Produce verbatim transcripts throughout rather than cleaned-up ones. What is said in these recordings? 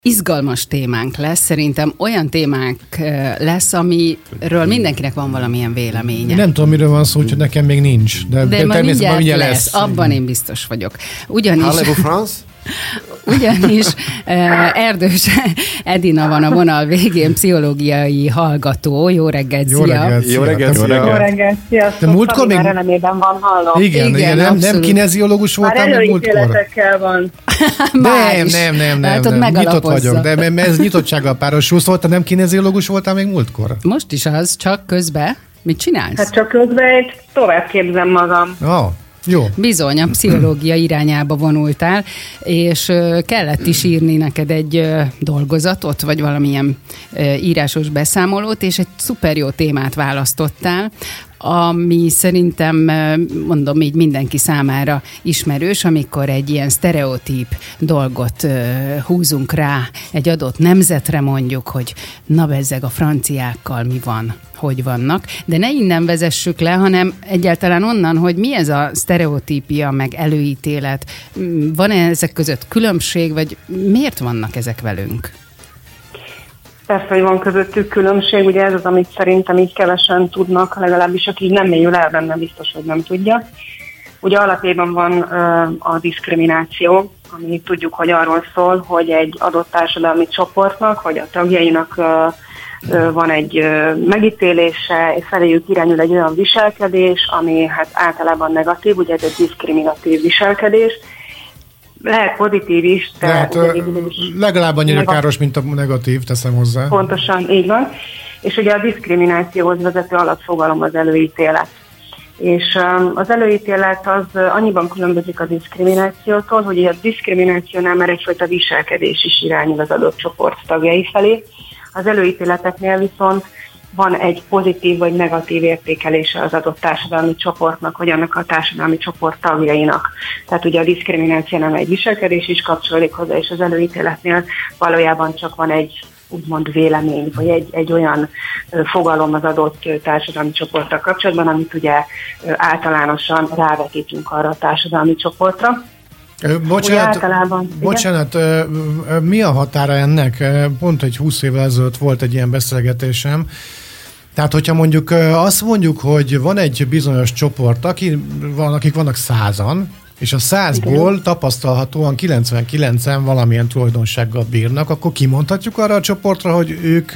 Izgalmas témánk lesz, szerintem olyan témánk lesz, amiről mindenkinek van valamilyen véleménye. Nem tudom, miről van szó, úgyhogy nekem még nincs. De, de majd mindjárt mindjárt lesz. lesz. Abban én biztos vagyok. Ugyanis... Parlez-vous France? Ugyanis Erdős Edina van a vonal végén, pszichológiai hallgató. Jó reggelt, Jó szia! reggelt, szia! Jó reggelt, Jó szia! Jó reggelt, sziasztok! De múltkor még... elemében van, hallom. Igen, igen, igen nem, nem kineziológus voltál még múltkor? Már előítéletekkel van. Nem, nem, nem, nem, nem. nem. Nyitott vagyok, de ez nyitottsággal párosulsz volt, nem kineziológus voltál még múltkor? Most is az, csak közben. Mit csinálsz? Hát csak közben egy tovább képzem magam. Oh. Jó. Bizony, a pszichológia irányába vonultál, és kellett is írni neked egy dolgozatot, vagy valamilyen írásos beszámolót, és egy szuper jó témát választottál, ami szerintem, mondom így mindenki számára ismerős, amikor egy ilyen sztereotíp dolgot húzunk rá egy adott nemzetre, mondjuk, hogy na bezzeg a franciákkal mi van, hogy vannak, de ne innen vezessük le, hanem egyáltalán onnan, hogy mi ez a sztereotípia, meg előítélet, van-e ezek között különbség, vagy miért vannak ezek velünk? Persze, hogy van közöttük különbség, ugye ez az, amit szerintem így kevesen tudnak, legalábbis aki így nem mélyül el benne, biztos, hogy nem tudja. Ugye alapjában van uh, a diszkrimináció, ami tudjuk, hogy arról szól, hogy egy adott társadalmi csoportnak, vagy a tagjainak uh, uh, van egy uh, megítélése, és feléjük irányul egy olyan viselkedés, ami hát általában negatív, ugye ez egy diszkriminatív viselkedés. Lehet pozitív is, de... Lehet, legalább annyira káros, mint a negatív, teszem hozzá. Pontosan, így van. És ugye a diszkriminációhoz vezető alapfogalom az előítélet. És az előítélet az annyiban különbözik a diszkriminációtól, hogy a diszkriminációnál már egyfajta viselkedés is irányul az adott csoport tagjai felé. Az előítéleteknél viszont van egy pozitív vagy negatív értékelése az adott társadalmi csoportnak, vagy annak a társadalmi csoport tagjainak. Tehát ugye a diszkrimináció nem egy viselkedés is kapcsolódik hozzá, és az előítéletnél valójában csak van egy úgymond vélemény, vagy egy, egy olyan fogalom az adott társadalmi csoporttal kapcsolatban, amit ugye általánosan rávetítünk arra a társadalmi csoportra. Bocsánat, bocsánat mi a határa ennek? Pont egy húsz évvel ezelőtt volt egy ilyen beszélgetésem. Tehát, hogyha mondjuk azt mondjuk, hogy van egy bizonyos csoport, aki van, akik vannak százan, és a százból tapasztalhatóan kilencvenkilencen valamilyen tulajdonsággal bírnak, akkor kimondhatjuk arra a csoportra, hogy ők,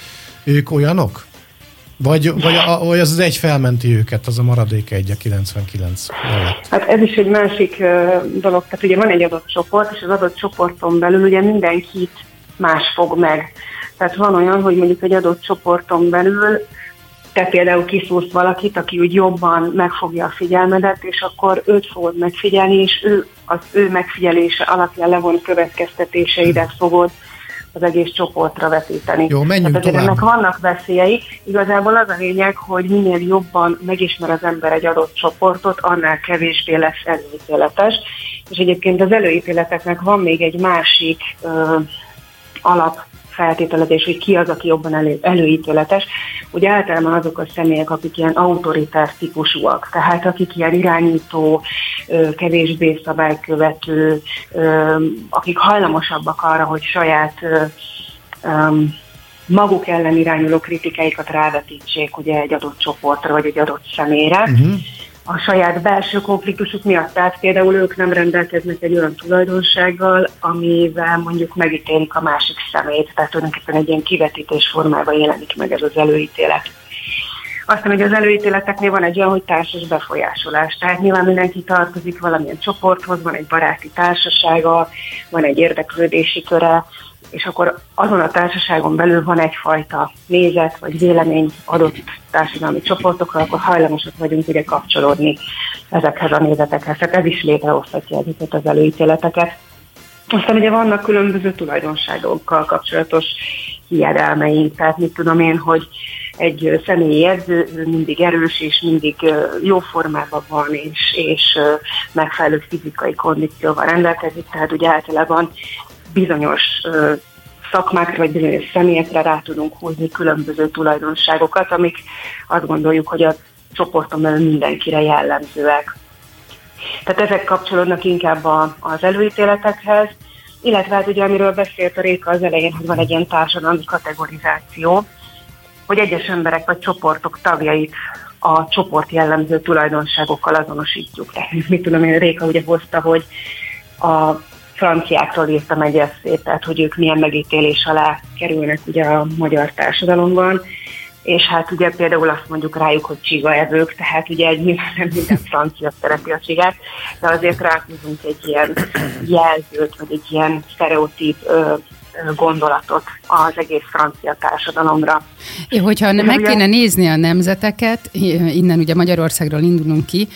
ők olyanok? Vagy, vagy, a, vagy az az egy felmenti őket, az a maradék egy, a kilencvenkilenc mellett? Hát ez is egy másik uh, dolog. Tehát ugye van egy adott csoport, és az adott csoporton belül ugye mindenkit más fog meg. Tehát van olyan, hogy mondjuk egy adott csoporton belül te például kiszúrsz valakit, aki úgy jobban megfogja a figyelmedet, és akkor őt fogod megfigyelni, és ő, az ő megfigyelése alapján levont következtetéseidet fogod az egész csoportra vetíteni. Jó, menjünk tovább. Ennek vannak veszélyei. Igazából az a lényeg, hogy minél jobban megismer az ember egy adott csoportot, annál kevésbé lesz előítéletes. És egyébként az előítéleteknek van még egy másik ö, alapfeltételezés, hogy ki az, aki jobban elő, előítéletes. Ugye általában azok a személyek, akik ilyen autoritár típusúak, tehát akik ilyen irányító, kevésbé szabálykövető, akik hajlamosabbak arra, hogy saját maguk ellen irányuló kritikáikat rávetítsék ugye egy adott csoportra, vagy egy adott személyre. Uh-huh. A saját belső konfliktusuk miatt, tehát például ők nem rendelkeznek egy olyan tulajdonsággal, amivel mondjuk megítélik a másik szemét, tehát tulajdonképpen egy ilyen kivetítés formában jelenik meg ez az előítélet. Aztán, hogy az előítéleteknél van egy olyan, hogy társas befolyásolás, tehát nyilván mindenki tartozik valamilyen csoporthoz, van egy baráti társasága, van egy érdeklődési köre, és akkor azon a társaságon belül van egyfajta nézet vagy vélemény adott társadalmi csoportokra, akkor hajlamosak vagyunk ugye kapcsolódni ezekhez a nézetekhez. Tehát ez is létrehozhatja ezeket az előítéleteket. Aztán ugye vannak különböző tulajdonságokkal kapcsolatos hiedelmeink, tehát mit tudom én, hogy egy személyi edző mindig erős, és mindig jó formában van, és, és megfelelő fizikai kondícióval rendelkezik, tehát ugye általában bizonyos szakmákra, vagy bizonyos személyekre rá tudunk húzni különböző tulajdonságokat, amik azt gondoljuk, hogy a csoporton belül mindenkire jellemzőek. Tehát ezek kapcsolódnak inkább a, az előítéletekhez, illetve hát ugye, amiről beszélt a Réka az elején, hogy van egy ilyen társadalmi kategorizáció, hogy egyes emberek vagy csoportok tagjait a csoport jellemző tulajdonságokkal azonosítjuk. Tehát mit tudom én, Réka ugye hozta, hogy a franciákról írtam egy esszét, tehát hogy ők milyen megítélés alá kerülnek ugye a magyar társadalomban, és hát ugye például azt mondjuk rájuk, hogy csigaevők, tehát ugye egy nyilván minden francia szereti a csigát, de azért ráhúzunk egy ilyen jelzőt, vagy egy ilyen sztereotíp ö, gondolatot az egész francia társadalomra. É, hogyha De meg ugye... kéne nézni a nemzeteket, innen ugye Magyarországról indulunk ki,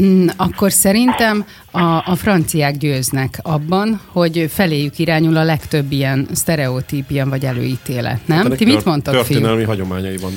akkor szerintem a, a franciák győznek abban, hogy feléjük irányul a legtöbb ilyen sztereotíp, vagy előítélet, nem? Hát, ti mit mondtok, történelmi fiú? hagyományai vannak.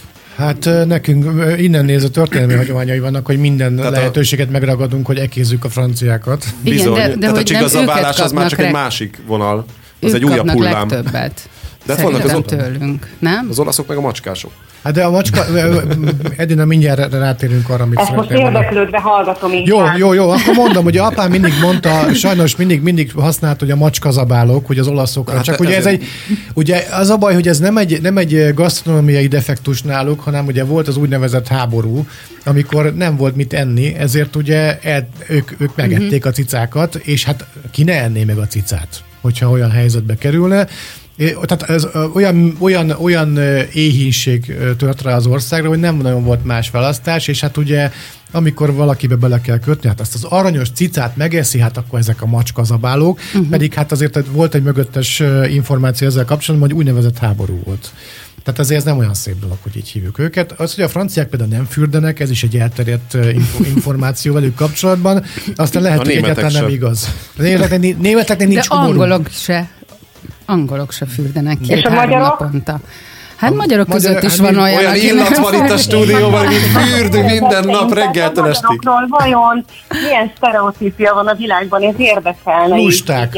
Hát nekünk innen nézve történelmi hagyományai vannak, hogy minden tehát lehetőséget a... megragadunk, hogy ekézzük a franciákat. Bizony. Igen, de, de tehát hogy a csigazabálás az már csak reg... egy másik vonal. Az ők egy újabb hullám. legtöbbet. De vannak az, tőlünk, nem? Az olaszok meg a macskások. Hát de a macska, Edina, mindjárt rátérünk arra, amit ezt most érdeklődve hallgatom így. Jó, jó, jó, akkor mondom, hogy apám mindig mondta, sajnos mindig, mindig használt, hogy a macskazabálók, hogy az olaszokra. Hát csak ugye ez egy, ugye az a baj, hogy ez nem egy, nem egy gasztronómiai defektus náluk, hanem ugye volt az úgynevezett háború, amikor nem volt mit enni, ezért ugye el, ők, ők megették uh-huh. a cicákat, és hát ki ne enné meg a cicát, hogyha olyan helyzetbe kerülne. Tehát ez olyan, olyan, olyan éhínség tört rá az országra, hogy nem nagyon volt más választás, és hát ugye amikor valakibe bele kell kötni, hát azt az aranyos cicát megeszi, hát akkor ezek a macskazabálók, uh-huh. pedig hát azért volt egy mögöttes információ ezzel kapcsolatban, hogy úgynevezett háború volt. Tehát azért ez nem olyan szép dolog, hogy így hívjuk őket. Az, hogy a franciák például nem fürdenek, ez is egy elterjedt információ velük kapcsolatban, aztán lehet, hogy egyáltalán nem igaz. A németeknek, németeknek nincs de angolok se. Angolok se fürdenek két-három naponta. Hát a magyarok között magyar, is van olyan, olyan illat van itt a stúdióban, hogy fürdő minden nap reggeltől estig. Vajon milyen sztereotípia van a világban, ez érdekelne. Lusták.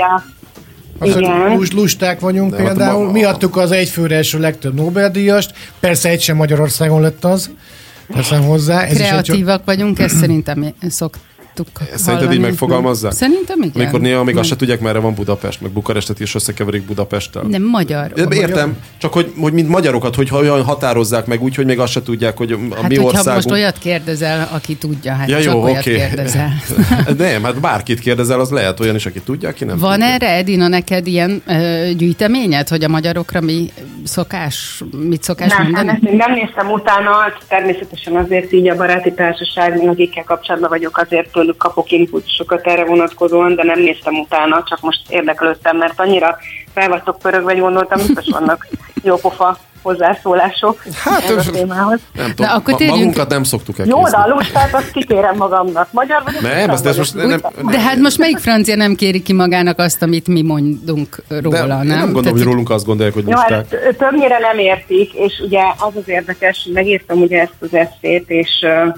Igen. Lusták vagyunk de például. Ma... Mi adtuk az egyfőre első legtöbb Nobel-díjast. Persze egy sem Magyarországon lett az. Teszem hozzá. Ez kreatívak egy... vagyunk, ezt szerintem szoktuk. Szerinted így megfogalmazzák? Szerintem igen. Amikor néha még azt se tudják, merre van Budapest, meg Bukarestet is összekeverik Budapesttel. Nem magyar. Értem, csak hogy, hogy mint magyarokat, hogy olyan határozzák meg úgy, hogy még azt se tudják, hogy a hát, mi országunk... Hát most olyat kérdezel, aki tudja, hát ja, csak jó, olyat okay. kérdezel. Nem, hát bárkit kérdezel, az lehet olyan is, aki tudja, aki nem van tudja. erre, Edina, neked ilyen ö, gyűjteményed, hogy a magyarokra mi szokás, mit szokás nem, mondani? Nem, nem néztem utána, természetesen azért így a baráti társaság, akikkel kapcsolatban vagyok, azért tőlük kapok input sokat erre vonatkozóan, de nem néztem utána, csak most érdeklődtem, mert annyira fel vagytok pörögve, vagy gondoltam, biztos vannak jópofa hozzászólások hát, a témához. Nem tudom, Na, akkor térjünk... magunkat nem szoktuk elkézni. Jó, de a lustát azt kikérem magamnak. Magyar vagyok? Nem, ezt, ezt most nem, nem, nem. De hát most melyik francia nem kéri ki magának azt, amit mi mondunk róla, de nem? nem gondolom, Tehát... hogy rólunk azt gondolják, hogy lusták. Jó, hát, többnyire nem értik, és ugye az az érdekes, hogy megírtam ugye ezt az eszét, és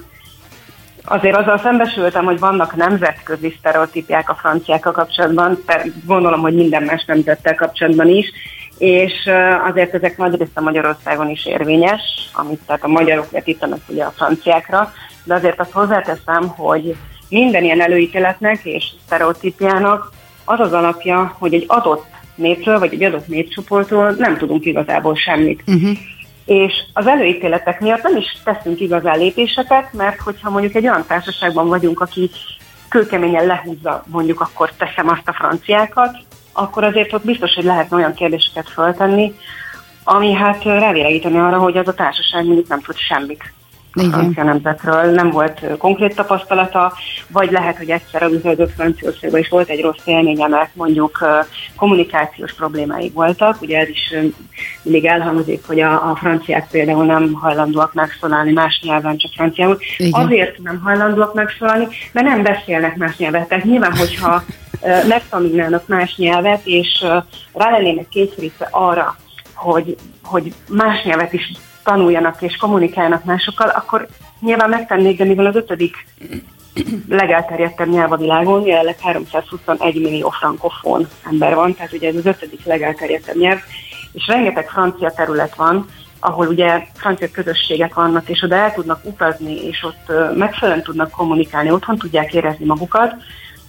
azért azzal szembesültem, hogy vannak nemzetközi sztereotípiák a franciákkal kapcsolatban, gondolom, hogy minden más nemzettel kapcsolatban is, és azért ezek nagyrészt a Magyarországon is érvényes, amit tehát a magyarok vetítenek ugye a franciákra, de azért azt hozzáteszem, hogy minden ilyen előítéletnek és sztereotípiának az az alapja, hogy egy adott népről, vagy egy adott népcsoportról nem tudunk igazából semmit. Uh-huh. És az előítéletek miatt nem is teszünk igazán lépéseket, mert hogyha mondjuk egy olyan társaságban vagyunk, aki kőkeményen lehúzza, mondjuk akkor teszem azt a franciákat, akkor azért ott biztos, hogy lehetne olyan kérdéseket föltenni, ami hát rávilágítani arra, hogy az a társaság mondjuk nem tud semmit a francia nemzetről, nem volt konkrét tapasztalata, vagy lehet, hogy egyszer az üződött Franciaországban is volt egy rossz élménye, mert mondjuk kommunikációs problémái voltak, ugye ez is mindig elhangzik, hogy a, a franciák például nem hajlandóak megszólalni más nyelven, csak franciául. Igen. Azért nem hajlandóak megszólalni, mert nem beszélnek más nyelvet. Tehát nyilván, hogyha megtanulnának más nyelvet, és rá lennének kényszerítve arra, hogy, hogy más nyelvet is tanuljanak és kommunikálnak másokkal, akkor nyilván megtennék, de mivel az ötödik legelterjedtebb nyelv a világon, jelenleg háromszázhuszonegy millió frankofón ember van, tehát ugye ez az ötödik legelterjedtebb nyelv, és rengeteg francia terület van, ahol ugye francia közösségek vannak, és oda el tudnak utazni, és ott megfelelően tudnak kommunikálni, otthon tudják érezni magukat.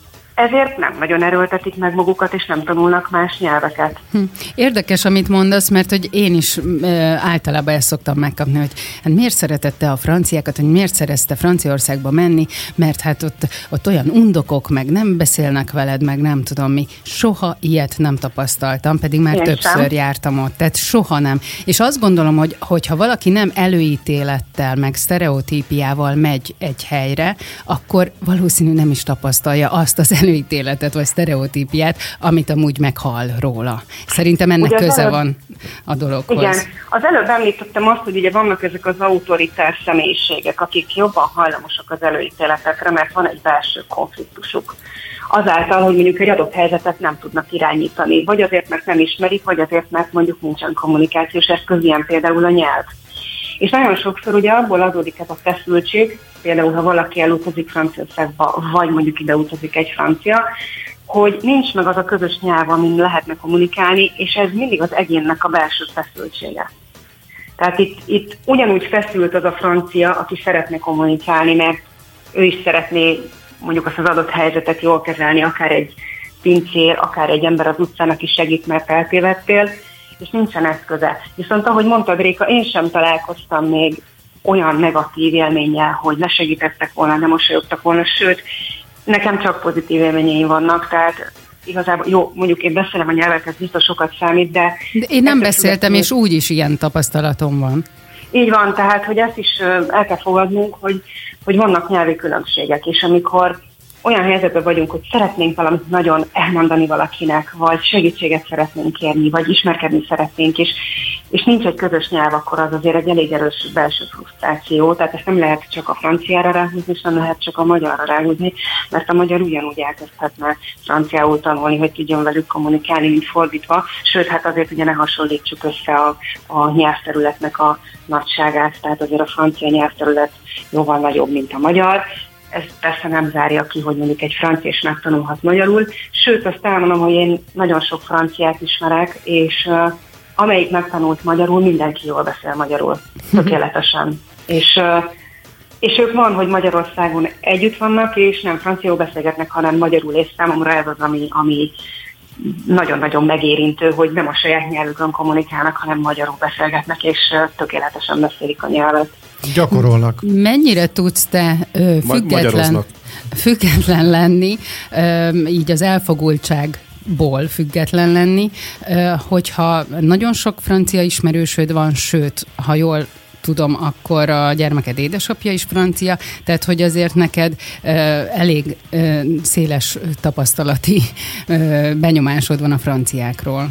ezért nem nagyon erőltetik meg magukat, és nem tanulnak más nyelveket. Hm. Érdekes, amit mondasz, mert hogy én is e, általában ezt szoktam megkapni, hogy hát miért szeretette a franciákat, hogy miért szerezte Franciaországba menni, mert hát ott, ott olyan undokok, meg nem beszélnek veled, meg nem tudom mi. Soha ilyet nem tapasztaltam, pedig már én többször sem. jártam ott, tehát soha nem. És azt gondolom, hogy hogyha valaki nem előítélettel, meg sztereotípiával megy egy helyre, akkor valószínű nem is tapasztalja azt az előítéletet, vagy sztereotípiát, amit amúgy meghall róla. Szerintem ennek ugye köze előbb, van a dologhoz. Igen. Az előbb említettem azt, hogy ugye vannak ezek az autoritár személyiségek, akik jobban hajlamosak az előítéletekre, mert van egy belső konfliktusuk. Azáltal, hogy mondjuk egy adott helyzetet nem tudnak irányítani, vagy azért, mert nem ismerik, vagy azért, mert mondjuk nincsen kommunikációs eszköz, ilyen például a nyelv. És nagyon sokszor ugye abból adódik ez a feszültség, például ha valaki elutazik Franciaországba, vagy mondjuk ide utazik egy francia, hogy nincs meg az a közös nyelv, amin lehetne kommunikálni, és ez mindig az egyénnek a belső feszültsége. Tehát itt, itt ugyanúgy feszült az a francia, aki szeretne kommunikálni, mert ő is szeretné mondjuk azt az adott helyzetet jól kezelni, akár egy pincér, akár egy ember az utcán, aki segít, mert eltévedtél, és nincsen eszköze. Viszont ahogy mondtad, Réka, én sem találkoztam még olyan negatív élménnyel, hogy ne segítettek volna, ne mosolyogtak volna, sőt, nekem csak pozitív élményeim vannak, tehát igazából, jó, mondjuk én beszélem a nyelvet, ez biztos sokat számít, de... de én nem beszéltem, és úgy is ilyen tapasztalatom van. Így van, tehát, hogy ezt is el kell fogadnunk, hogy, hogy vannak nyelvi különbségek, és amikor olyan helyzetben vagyunk, hogy szeretnénk valamit nagyon elmondani valakinek, vagy segítséget szeretnénk kérni, vagy ismerkedni szeretnénk, és, és nincs egy közös nyelv, akkor az azért egy elég erős belső frusztráció, tehát ezt nem lehet csak a franciára ráhúzni, és nem lehet csak a magyarra ráhúzni, mert a magyar ugyanúgy elkezdhetne franciául tanulni, hogy tudjon velük kommunikálni, mint fordítva, sőt, hát azért ugye ne hasonlítsuk össze a, a nyelvterületnek a nagyságát, tehát azért a francia nyelvterület jóval nagyobb, mint a magyar. Ez persze nem zárja ki, hogy mondjuk egy francia is megtanulhat magyarul, sőt, azt elmondom, hogy én nagyon sok franciát ismerek, és uh, amelyik megtanult magyarul, mindenki jól beszél magyarul, tökéletesen. és, uh, és ők van, hogy Magyarországon együtt vannak, és nem franciául beszélgetnek, hanem magyarul, és számomra ez az, ami, ami nagyon-nagyon megérintő, hogy nem a saját nyelvükön kommunikálnak, hanem magyarul beszélgetnek, és uh, tökéletesen beszélik a nyelvet. Gyakorolnak. Mennyire tudsz te ö, független, független lenni, ö, így az elfogultságból független lenni, ö, hogyha nagyon sok francia ismerősöd van, sőt, ha jól tudom, akkor a gyermeked édesapja is francia, tehát hogy azért neked ö, elég ö, széles tapasztalati ö, benyomásod van a franciákról.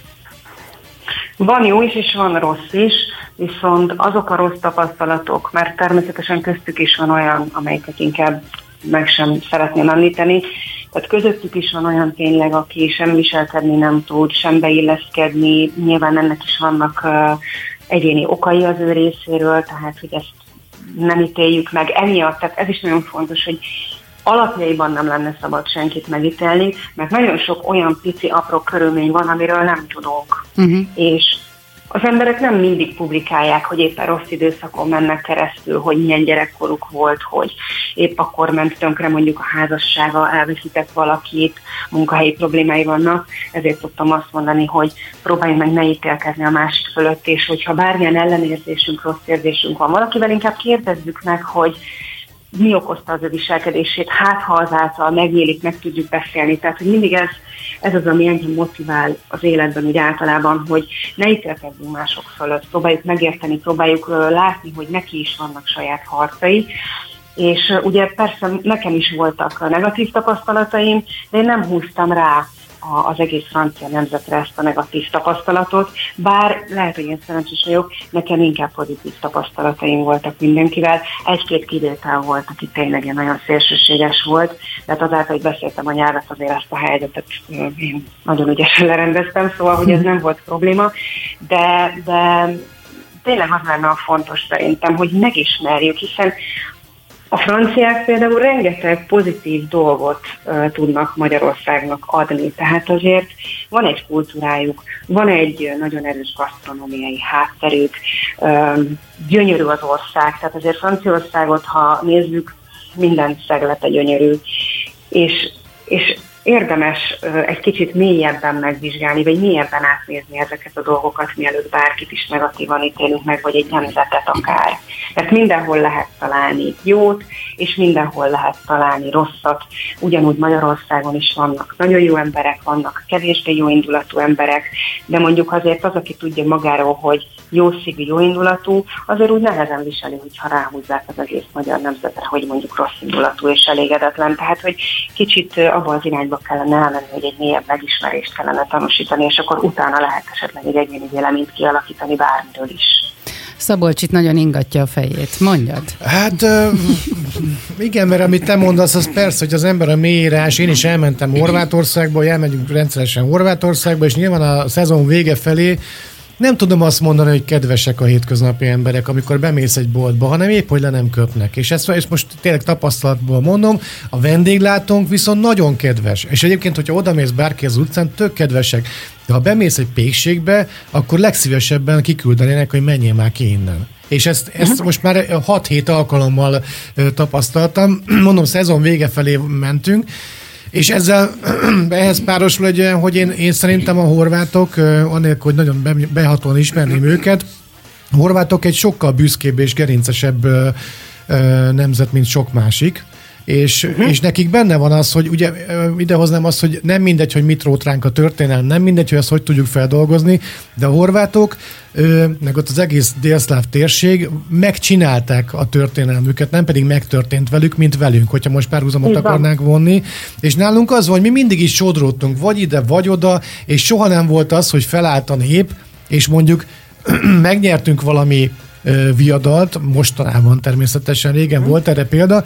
Van jó is, és van rossz is, viszont azok a rossz tapasztalatok, mert természetesen köztük is van olyan, amelyiket inkább meg sem szeretném említeni, tehát közöttük is van olyan tényleg, aki sem viselkedni nem tud, sem beilleszkedni, nyilván ennek is vannak uh, egyéni okai az ő részéről, tehát hogy ezt nem ítéljük meg emiatt, tehát ez is nagyon fontos, hogy alapjaiban nem lenne szabad senkit megítélni, mert nagyon sok olyan pici, apró körülmény van, amiről nem tudunk. Uh-huh. És az emberek nem mindig publikálják, hogy éppen rossz időszakon mennek keresztül, hogy milyen gyerekkoruk volt, hogy épp akkor ment tönkre mondjuk a házassága, elveszített valakit, munkahelyi problémái vannak. Ezért tudtam azt mondani, hogy próbáljunk meg ne ítélkezni a másik fölött, és hogyha bármilyen ellenérzésünk, rossz érzésünk van valakivel, inkább kérdezzük meg, hogy mi okozta az ő viselkedését, hát ha azáltal megnyílik, meg tudjuk beszélni. Tehát, hogy mindig ez, ez az, ami engem motivál az életben úgy általában, hogy ne ítélkezzünk mások fölött, próbáljuk megérteni, próbáljuk uh, látni, hogy neki is vannak saját harcai. És uh, ugye persze nekem is voltak negatív tapasztalataim, de én nem húztam rá az egész francia nemzetre ezt a negatív tapasztalatot, bár lehet, hogy én szerencsés vagyok, nekem inkább pozitív tapasztalataim voltak mindenkivel. Egy-két kivétel volt, aki tényleg nagyon szélsőséges volt, de azáltal, hogy beszéltem a nyelvet, azért ezt a helyzetet én nagyon ügyesen lerendeztem, szóval, hogy ez nem volt probléma, de, de tényleg az lenne a fontos szerintem, hogy megismerjük, hiszen a franciák például rengeteg pozitív dolgot uh, tudnak Magyarországnak adni, tehát azért van egy kultúrájuk, van egy nagyon erős gasztronómiai hátterük, um, gyönyörű az ország, tehát azért Franciaországot, ha nézzük, minden szeglete gyönyörű, és és érdemes egy kicsit mélyebben megvizsgálni, vagy mélyebben átnézni ezeket a dolgokat, mielőtt bárkit is negatívan ítélünk meg, vagy egy nemzetet akár. Mert mindenhol lehet találni jót, és mindenhol lehet találni rosszat. Ugyanúgy Magyarországon is vannak nagyon jó emberek, vannak kevésbé jó indulatú emberek, de mondjuk azért az, aki tudja magáról, hogy jó szívű, jó indulatú, azért úgy nehezen viseli, hogyha ráhúzzák az egész magyar nemzetre, hogy mondjuk rossz indulatú és elégedetlen. Tehát, hogy kicsit abban az irányba kellene elmenni, hogy egy mélyebb megismerést kellene tanúsítani, és akkor utána lehet esetleg egy egyéni véleményt kialakítani bármiről is. Szabolcs itt nagyon ingatja a fejét. Mondjad. Hát igen, mert amit te mondasz, az persze, hogy az ember a mélyírás, én is elmentem Horvátországba, elmegyünk rendszeresen Horvátországba, és nyilván a szezon vége felé nem tudom azt mondani, hogy kedvesek a hétköznapi emberek, amikor bemész egy boltba, hanem épp, hogy le nem köpnek. És ezt, ezt most tényleg tapasztalatból mondom, a vendéglátónk viszont nagyon kedves. És egyébként, hogyha odamész bárki az utcán, tök kedvesek. De ha bemész egy pékségbe, akkor legszívesebben kiküldenének, hogy menjél már ki innen. És ezt, ezt most már hat hét alkalommal tapasztaltam. Mondom, szezon vége felé mentünk, és ezzel ehhez párosul egy olyan, hogy én, én szerintem a horvátok, anélkül, hogy nagyon behatóan ismerném őket, a horvátok egy sokkal büszkébb és gerincesebb nemzet, mint sok másik. És, uh-huh. és nekik benne van az, hogy ugye idehoznám azt, hogy nem mindegy, hogy mit rót ránk a történelem, nem mindegy, hogy azt hogy tudjuk feldolgozni, de a horvátok, meg ott az egész délszláv térség megcsinálták a történelmüket, nem pedig megtörtént velük, mint velünk, hogyha most párhuzamot akarnánk vonni. És nálunk az van, hogy mi mindig is sodródtunk, vagy ide, vagy oda, és soha nem volt az, hogy felállt a nép, és mondjuk megnyertünk valami viadalt, mostanában természetesen, régen hmm. volt erre példa,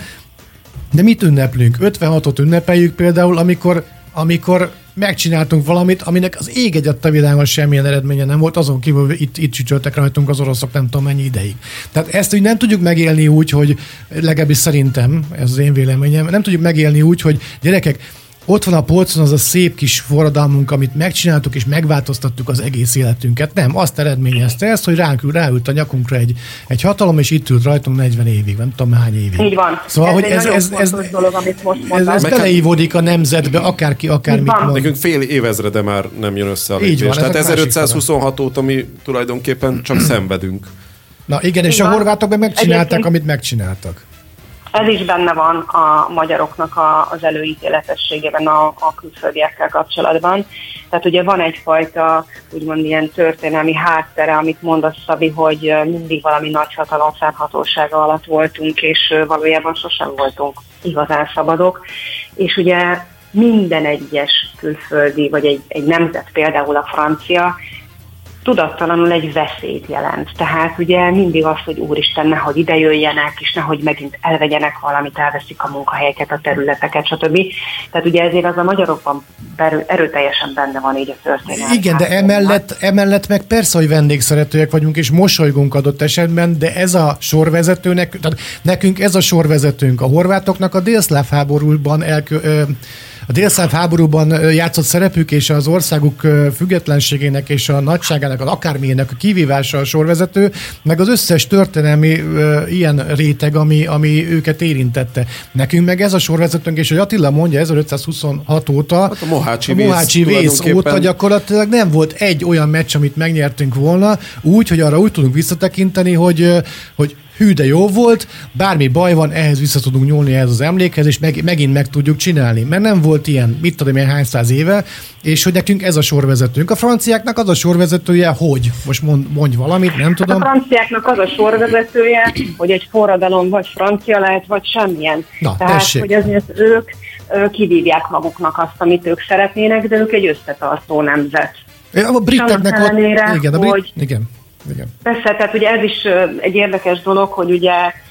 de mit ünneplünk? ötvenhatot ünnepeljük például, amikor, amikor megcsináltunk valamit, aminek az ég egyatta világon semmilyen eredménye nem volt, azon kívül itt, itt csücsöltek rajtunk az oroszok nem tudom mennyi ideig. Tehát ezt úgy nem tudjuk megélni úgy, hogy legalábbis szerintem, ez az én véleményem, nem tudjuk megélni úgy, hogy gyerekek, ott van a polcon az a szép kis forradalmunk, amit megcsináltuk és megváltoztattuk az egész életünket. Nem, azt eredményezte ezt, hogy ránk ül, ráült a nyakunkra egy, egy hatalom, és itt ült rajtunk negyven évig, nem tudom hány évig. Így van. Szóval, ez hogy egy ez, ez, ez, dolog, amit most ez, ez beleívódik a nemzetbe, akárki, akármit mond. Nekünk fél évezrede már nem jön össze a lépés. Tehát ezerötszázhuszonhat óta mi tulajdonképpen csak szenvedünk. Na igen, és a horvátok meg megcsinálták, egyébként amit megcsináltak. Ez is benne van a magyaroknak a, az előítéletességében a, a külföldiekkel kapcsolatban. Tehát ugye van egyfajta úgymond ilyen történelmi háttere, amit mondasz, Szabi, hogy mindig valami nagyhatalom fennhatósága alatt voltunk, és valójában sosem voltunk igazán szabadok. És ugye minden egyes külföldi, vagy egy, egy nemzet, például a francia, tudattalanul egy veszélyt jelent. Tehát ugye mindig az, hogy úristen, nehogy ide jöjjenek, és nehogy megint elvegyenek valamit, elveszik a munkahelyeket, a területeket, stb. Tehát ugye ezért az a magyarokban erőteljesen benne van így a történet. Igen, de emellett, emellett meg persze, hogy vendégszeretőek vagyunk, és mosolygunk adott esetben, de ez a sorvezetőnek, tehát nekünk ez a sorvezetőnk, a horvátoknak a délszláv háborúban elkö, ö, a délszláv háborúban játszott szerepük, és az országuk függetlenségének és a nagyságának, az akármilyenek a kivívása a sorvezető, meg az összes történelmi uh, ilyen réteg, ami, ami őket érintette. Nekünk meg ez a sorvezetőnk, és hogy Attila mondja, ezerötszázhuszonhat óta, hát a Mohácsi, a Mohácsi vész, vész óta gyakorlatilag nem volt egy olyan meccs, amit megnyertünk volna, úgy, hogy arra úgy tudunk visszatekinteni, hogy, hogy hű, de jó volt, bármi baj van, ehhez vissza tudunk nyúlni ehhez az emlékhez, és meg, megint meg tudjuk csinálni. Mert nem volt ilyen, mit tudom én, hány száz éve, és hogy nekünk ez a sorvezetőnk. A franciáknak az a sorvezetője, hogy? Most mond, mondj valamit, nem tudom. A franciáknak az a sorvezetője, hogy egy forradalom vagy francia lehet, vagy semmilyen. Na, Tehát, tessék. hogy azért ők kivívják maguknak azt, amit ők szeretnének, de ők egy összetartó nemzet. A briteknek ott... Igen, a brit... hogy... Igen. Igen. Persze, tehát ugye ez is egy érdekes dolog, hogy ugye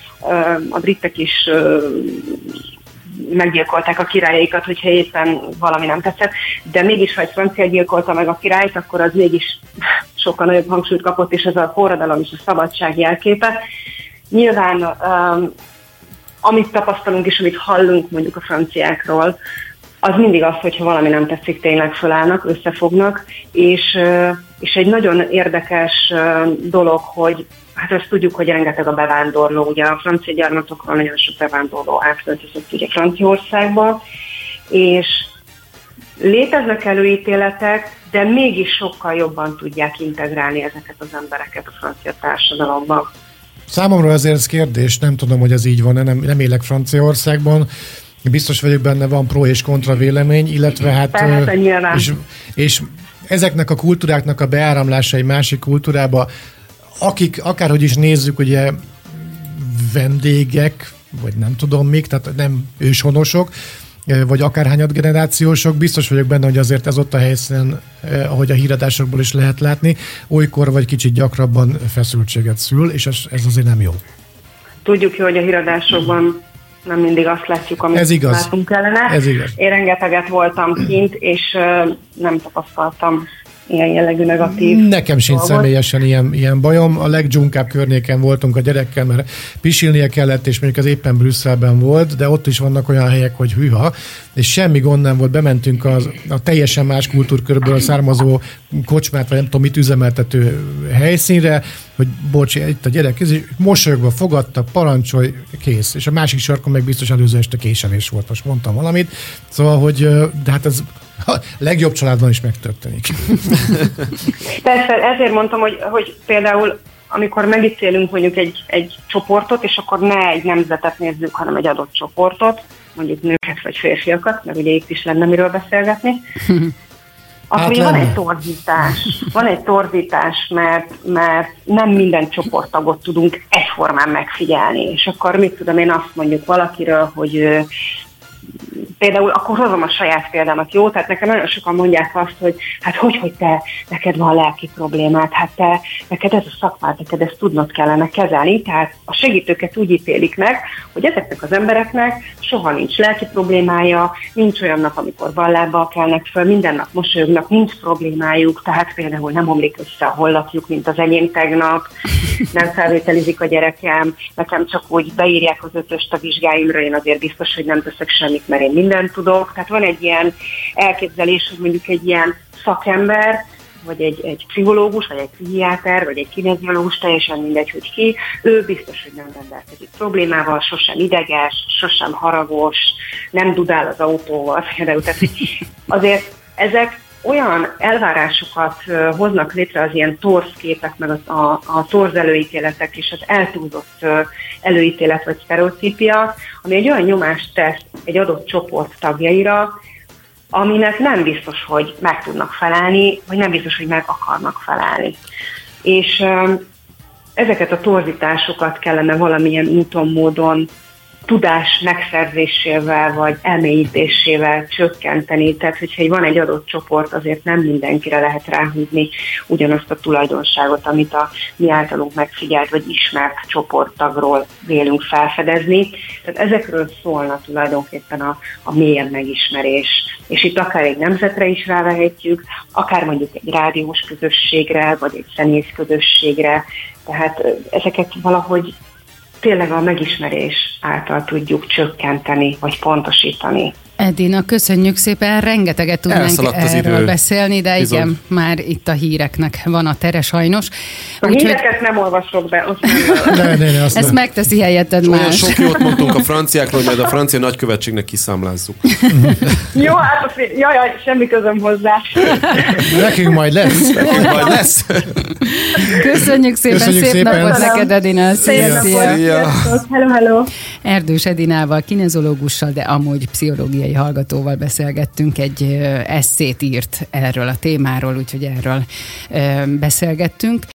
a britek is meggyilkolták a királyaikat, hogyha éppen valami nem tetszett, de mégis, ha egy francia gyilkolta meg a királyt, akkor az mégis sokkal nagyobb hangsúlyt kapott, és ez a forradalom és a szabadság jelképe. Nyilván, amit tapasztalunk és amit hallunk mondjuk a franciákról, az mindig az, hogyha valami nem tetszik, tényleg fölállnak, összefognak, és, és egy nagyon érdekes dolog, hogy hát azt tudjuk, hogy rengeteg a bevándorló, ugye a francia gyarmatokról nagyon sok bevándorló átköltözött ugye Franciaországba, És léteznek előítéletek, de mégis sokkal jobban tudják integrálni ezeket az embereket a francia társadalomban. Számomra azért ez kérdés, nem tudom, hogy ez így van, nem, nem élek Franciaországban, biztos vagyok benne, van pro és kontra vélemény, illetve hát... Persze, és, és ezeknek a kultúráknak a beáramlása egy másik kultúrába, akik akárhogy is nézzük, ugye vendégek, vagy nem tudom még, tehát nem őshonosok, vagy akárhányad generációsok, biztos vagyok benne, hogy azért ez ott a helyszínen, ahogy a híradásokból is lehet látni, olykor vagy kicsit gyakrabban feszültséget szül, és ez, ez azért nem jó. Tudjuk jó, hogy a híradásokban nem mindig azt látjuk, amit ez igaz. látunk kellene. Ez igaz. Én rengeteget voltam kint, és uh, nem tapasztaltam ilyen jellegű negatív Nekem sincs dolgot. Személyesen ilyen, ilyen bajom. A legdzsunkább környéken voltunk a gyerekkel, mert pisilnie kellett, és mondjuk az éppen Brüsszelben volt, de ott is vannak olyan helyek, hogy hűha, és semmi gond nem volt. Bementünk az, a teljesen más kultúrkörből származó kocsmát, vagy nem tudom mit üzemeltető helyszínre, hogy bocs, itt a gyerek, és mosolyogva fogadta, parancsolj, kész. És a másik sarkon meg biztos előző este késelés volt, most mondtam valamit. Szóval, hogy de hát ez a legjobb családban is megtörténik. Persze, ezért mondtam, hogy, hogy például amikor megítélünk mondjuk egy, egy csoportot, és akkor ne egy nemzetet nézzük, hanem egy adott csoportot, mondjuk nőket vagy férfiakat, mert ugye itt is lenne miről beszélgetni, akkor hát van egy torzítás. Van egy torzítás, mert, mert nem minden csoporttagot tudunk egyformán megfigyelni. És akkor mit tudom én azt mondjuk valakiről, hogy például akkor hozom a saját példámat, jó? Tehát nekem nagyon sokan mondják azt, hogy hát hogy, hogy te, neked van lelki problémát, hát te, neked ez a szakmád, neked ezt tudnod kellene kezelni, tehát a segítőket úgy ítélik meg, hogy ezeknek az embereknek soha nincs lelki problémája, nincs olyan nap, amikor ballábbal kelnek föl, minden nap mosolyognak, nincs problémájuk, tehát például nem omlik össze a hollatjuk, mint az enyém tegnap, nem felvételizik a gyerekem, nekem csak úgy beírják az ötöst a vizsgáimra, én azért biztos, hogy nem teszek semmit, mert én mindent tudok. Tehát van egy ilyen elképzelés, hogy mondjuk egy ilyen szakember, vagy egy, egy pszichológus, vagy egy pszichiáter, vagy egy kineziológus, teljesen mindegy, hogy ki, ő biztos, hogy nem rendelkezik problémával, sosem ideges, sosem haragos, nem dudál az autóval. Tehát azért ezek olyan elvárásokat hoznak létre az ilyen torz képek, meg a, a, a torz előítéletek és az eltúlzott előítélet vagy sztereotípia, ami egy olyan nyomást tesz egy adott csoport tagjaira, aminek nem biztos, hogy meg tudnak felelni, vagy nem biztos, hogy meg akarnak felelni. És ezeket a torzításokat kellene valamilyen úton, módon tudás megszerzésével, vagy elmélyítésével csökkenteni. Tehát, hogyha van egy adott csoport, azért nem mindenkire lehet ráhúzni ugyanazt a tulajdonságot, amit a mi általunk megfigyelt, vagy ismert csoporttagról vélünk felfedezni. Tehát ezekről szólna tulajdonképpen a, a mélyebb megismerés. És itt akár egy nemzetre is rávehetjük, akár mondjuk egy rádiós közösségre, vagy egy zenész közösségre. Tehát ezeket valahogy tényleg a megismerés által tudjuk csökkenteni, vagy pontosítani. Edina, köszönjük szépen, rengeteget tudnánk erről beszélni, de bizony. Igen, már itt a híreknek van a tere sajnos. A úgy, híreket hogy... nem olvasok be. Azt nem ne, ne, ne, azt ezt nem. Megteszi helyetted más. Olyan sok jót mondtunk a franciákról, hogy majd a francia nagykövetségnek kiszámlázzuk. Jó, hát azt, jaj, jaj, semmi közöm hozzá. Nekünk majd lesz. Nekünk majd lesz. Köszönjük szépen, Köszönjük szép szépen. Napot neked, Edina. Szia, szia. szia. Hello, hello. Erdős Edinával, kinezológussal, de amúgy pszichológiai hallgatóval beszélgettünk, egy esszét írt erről a témáról, úgyhogy erről beszélgettünk.